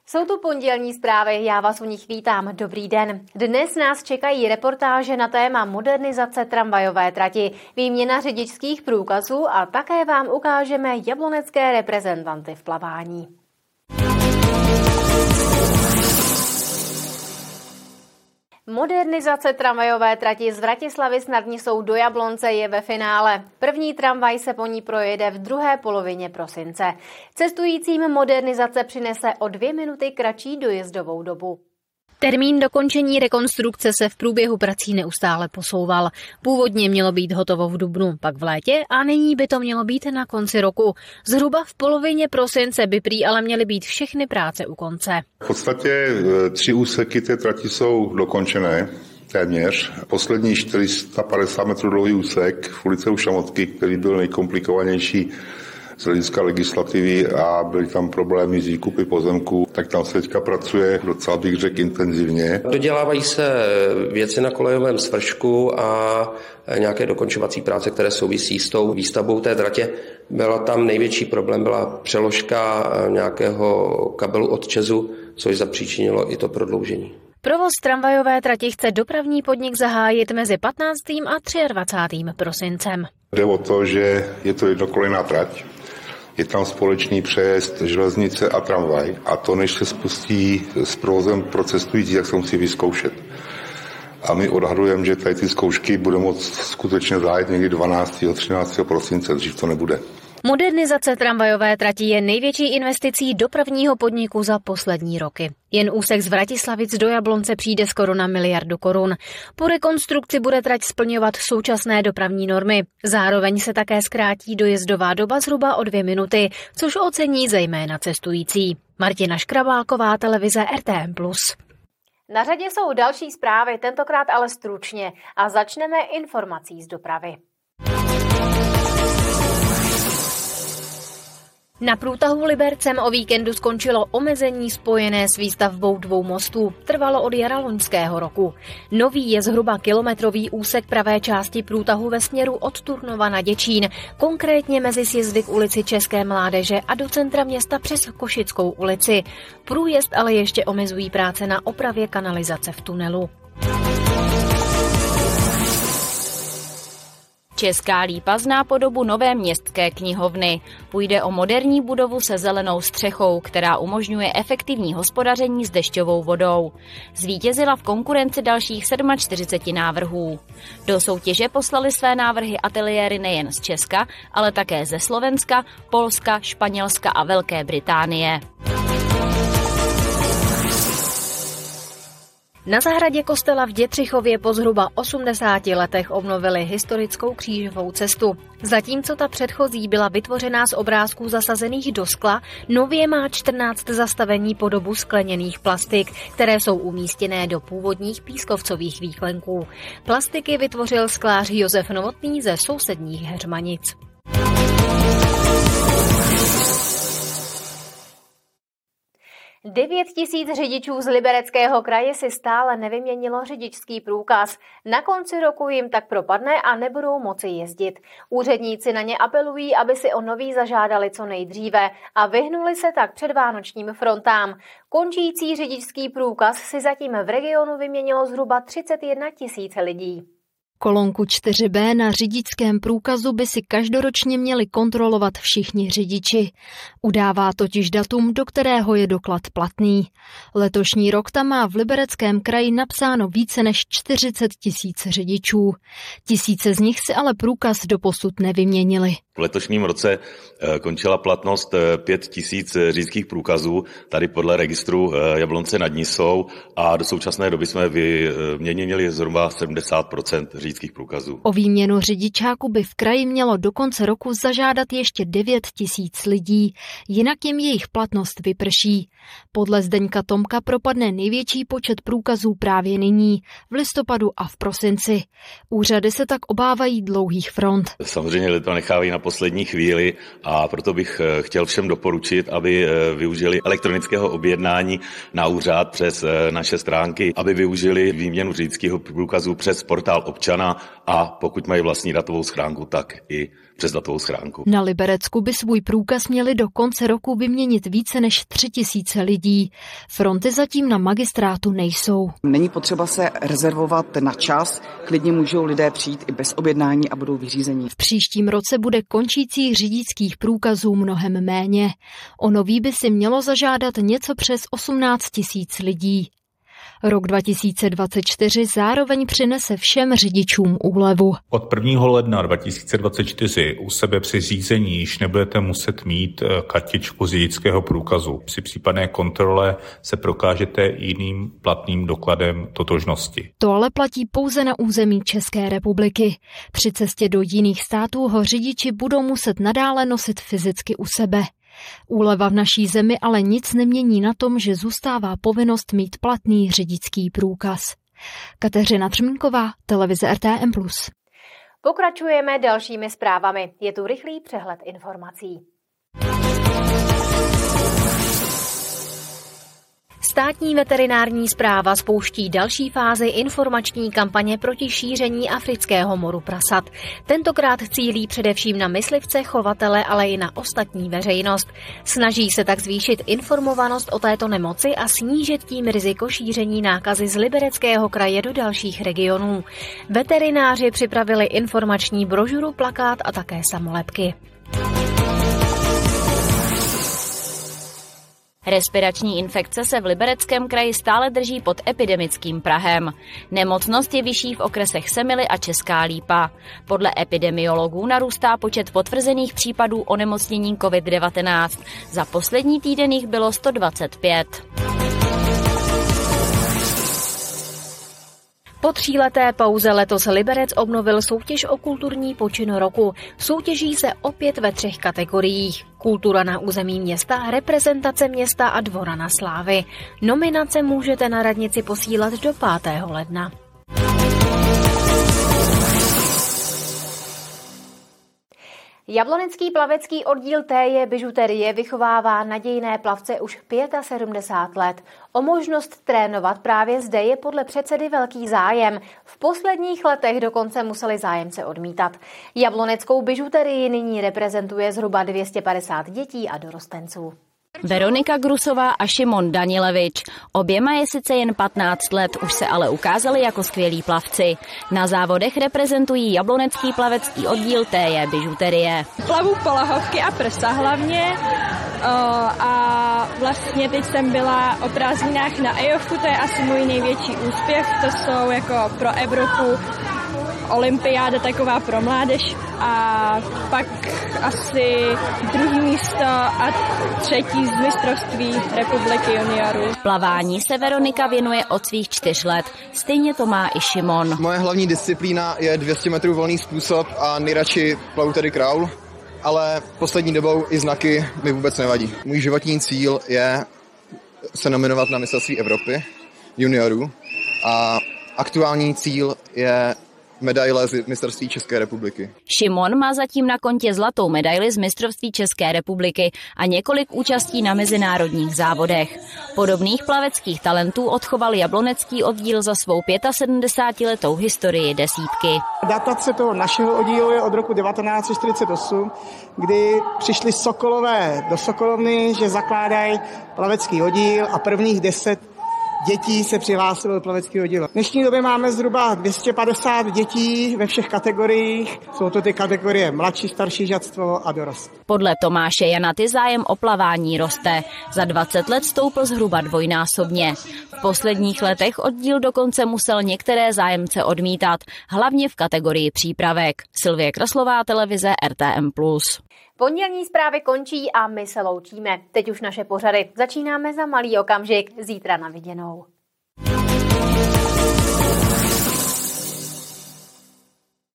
Jsou tu pondělní zprávy, já vás u nich vítám. Dobrý den. Dnes nás čekají reportáže na téma modernizace tramvajové trati, výměna řidičských průkazů a také vám ukážeme jablonecké reprezentanty v plavání. Modernizace tramvajové trati z Vratislavic nad Nisou do Jablonce je ve finále. První tramvaj se po ní projede v druhé polovině prosince. Cestujícím modernizace přinese o 2 minuty kratší dojezdovou dobu. Termín dokončení rekonstrukce se v průběhu prací neustále posouval. Původně mělo být hotovo v dubnu, pak v létě a nyní by to mělo být na konci roku. Zhruba v polovině prosince by prý ale měly být všechny práce u konce. V podstatě 3 úseky té trati jsou dokončené. Téměř. Poslední 450 metrů dlouhý úsek v ulice u Šamotky, který byl nejkomplikovanější z hlediska legislativy a byly tam problémy s výkupy pozemků, tak tam se teďka pracuje docela bych řekl intenzivně. Dodělávají se věci na kolejovém svršku a nějaké dokončovací práce, které souvisí s tou výstavbou té tratě. Byla tam největší problém, byla přeložka nějakého kabelu od ČEZu, což zapříčinilo i to prodloužení. Provoz tramvajové trati chce dopravní podnik zahájit mezi 15. a 23. prosincem. Jde o to, že je to jednokolejná trať. Je tam společný přejezd železnice a tramvaj a to, než se spustí s provozem pro cestující, jak se musí vyzkoušet. A my odhadujeme, že tady ty zkoušky budeme moct skutečně zahájit někdy 12. 13. prosince, dřív to nebude. Modernizace tramvajové trati je největší investicí dopravního podniku za poslední roky. Jen úsek z Vratislavic do Jablonce přijde skoro na 1 miliardu korun. Po rekonstrukci bude trať splňovat současné dopravní normy. Zároveň se také zkrátí dojezdová doba zhruba o 2 minuty, což ocení zejména cestující. Martina Škrabálková, televize RTM+. Na řadě jsou další zprávy, tentokrát ale stručně, a začneme informací z dopravy. Na průtahu Libercem o víkendu skončilo omezení spojené s výstavbou 2 mostů. Trvalo od jara loňského roku. Nový je zhruba kilometrový úsek pravé části průtahu ve směru od Turnova na Děčín, konkrétně mezi sjezdy k ulici České mládeže a do centra města přes Košickou ulici. Průjezd ale ještě omezují práce na opravě kanalizace v tunelu. Česká Lípa zná podobu nové městské knihovny. Půjde o moderní budovu se zelenou střechou, která umožňuje efektivní hospodaření s dešťovou vodou. Zvítězila v konkurenci dalších 47 návrhů. Do soutěže poslali své návrhy ateliéry nejen z Česka, ale také ze Slovenska, Polska, Španělska a Velké Británie. Na zahradě kostela v Dětřichově po zhruba 80 letech obnovili historickou křížovou cestu. Zatímco ta předchozí byla vytvořená z obrázků zasazených do skla, nově má 14 zastavení po dobu skleněných plastik, které jsou umístěné do původních pískovcových výklenků. Plastiky vytvořil sklář Josef Novotný ze sousedních Heřmanic. – 9 000 řidičů z Libereckého kraje si stále nevyměnilo řidičský průkaz. Na konci roku jim tak propadne a nebudou moci jezdit. Úředníci na ně apelují, aby si o nový zažádali co nejdříve a vyhnuli se tak předvánočním frontám. Končící řidičský průkaz si zatím v regionu vyměnilo zhruba 31 000 lidí. Kolonku 4B na řidičském průkazu by si každoročně měli kontrolovat všichni řidiči. Udává totiž datum, do kterého je doklad platný. Letošní rok tam má v Libereckém kraji napsáno více než 40 000 řidičů. Tisíce z nich si ale průkaz doposud nevyměnili. V letošním roce končila platnost 5 000 řidičských průkazů, tady podle registru Jablonce nad Nisou, a do současné doby jsme vyměnili zhruba 70% řidičských průkazů. O výměnu řidičáku by v kraji mělo do konce roku zažádat ještě 9 000 lidí, jinak jim jejich platnost vyprší. Podle Zdeňka Tomka propadne největší počet průkazů právě nyní, v listopadu a v prosinci. Úřady se tak obávají dlouhých front. Samozřejmě to nechávají na poslední chvíli a proto bych chtěl všem doporučit, aby využili elektronického objednání na úřad přes naše stránky, aby využili výměnu řidičského průkazu přes portál občana občana a pokud mají vlastní datovou schránku, tak i přes datovou schránku. Na Liberecku by svůj průkaz měli do konce roku vyměnit více než 3000 lidí. Fronty zatím na magistrátu nejsou. Není potřeba se rezervovat na čas, klidně můžou lidé přijít i bez objednání a budou vyřízení. V příštím roce bude končících řidičských průkazů mnohem méně. O nový by si mělo zažádat něco přes 18 000 lidí. Rok 2024 zároveň přinese všem řidičům úlevu. Od 1. ledna 2024 u sebe při řízení již nebudete muset mít kartičku řidičského průkazu. Při případné kontrole se prokážete jiným platným dokladem totožnosti. To ale platí pouze na území České republiky. Při cestě do jiných států ho řidiči budou muset nadále nosit fyzicky u sebe. Úleva v naší zemi ale nic nemění na tom, že zůstává povinnost mít platný řidičský průkaz. Kateřina Třmínková, televize RTM+. Pokračujeme dalšími zprávami. Je tu rychlý přehled informací. Státní veterinární správa spouští další fázi informační kampaně proti šíření afrického moru prasat. Tentokrát cílí především na myslivce, chovatele, ale i na ostatní veřejnost. Snaží se tak zvýšit informovanost o této nemoci a snížit tím riziko šíření nákazy z Libereckého kraje do dalších regionů. Veterináři připravili informační brožuru, plakát a také samolepky. Respirační infekce se v Libereckém kraji stále drží pod epidemickým prahem. Nemocnost je vyšší v okresech Semily a Česká Lípa. Podle epidemiologů narůstá počet potvrzených případů onemocnění COVID-19. Za poslední týden jich bylo 125. Po 3leté pauze letos Liberec obnovil soutěž o kulturní počin roku. Soutěží se opět ve 3 kategoriích. Kultura na území města, reprezentace města a Dvora na slávy. Nominace můžete na radnici posílat do 5. ledna. Jablonecký plavecký oddíl TJ bižuterie vychovává nadějné plavce už 75 let. O možnost trénovat právě zde je podle předsedy velký zájem. V posledních letech dokonce museli zájemce odmítat. Jabloneckou bižuterii nyní reprezentuje zhruba 250 dětí a dorostenců. Veronika Grusová a Šimon Danilevič. Oběma je sice jen 15 let, už se ale ukázali jako skvělí plavci. Na závodech reprezentují jablonecký plavecký oddíl TJ bižuterie. Plavu polahovky a prsa hlavně a vlastně teď jsem byla o prázdninách na EOFku, to je asi můj největší úspěch, to jsou jako pro Evropu olympiáda taková pro mládež a pak asi 2. místo a 3. z mistrovství republiky juniorů. Plavání se Veronika věnuje od svých 4 let, stejně to má i Šimon. Moje hlavní disciplína je 200 metrů volný způsob a nejradši plavu tedy kraul, ale poslední dobou i znaky mi vůbec nevadí. Můj životní cíl je se nominovat na mistrovství Evropy juniorů a aktuální cíl je medaile z mistrovství České republiky. Šimon má zatím na kontě zlatou medaili z mistrovství České republiky a několik účastí na mezinárodních závodech. Podobných plaveckých talentů odchoval jablonecký oddíl za svou 75letou historii desítky. Datace toho našeho oddílu je od roku 1948, kdy přišli Sokolové do Sokolovny, že zakládají plavecký oddíl a prvních 10 dětí se přihlásilo do plaveckého oddílu. V dnešní době máme zhruba 250 dětí ve všech kategoriích. Jsou to ty kategorie mladší, starší žadstvo a dorost. Podle Tomáše Janaty zájem o plavání roste. Za 20 let stoupl zhruba dvojnásobně. V posledních letech oddíl dokonce musel některé zájemce odmítat, hlavně v kategorii přípravek. Sylvie Kraslová, televize RTM+. Pondělní zprávy končí a my se loučíme. Teď už naše pořady. Začínáme za malý okamžik. Zítra na viděnou.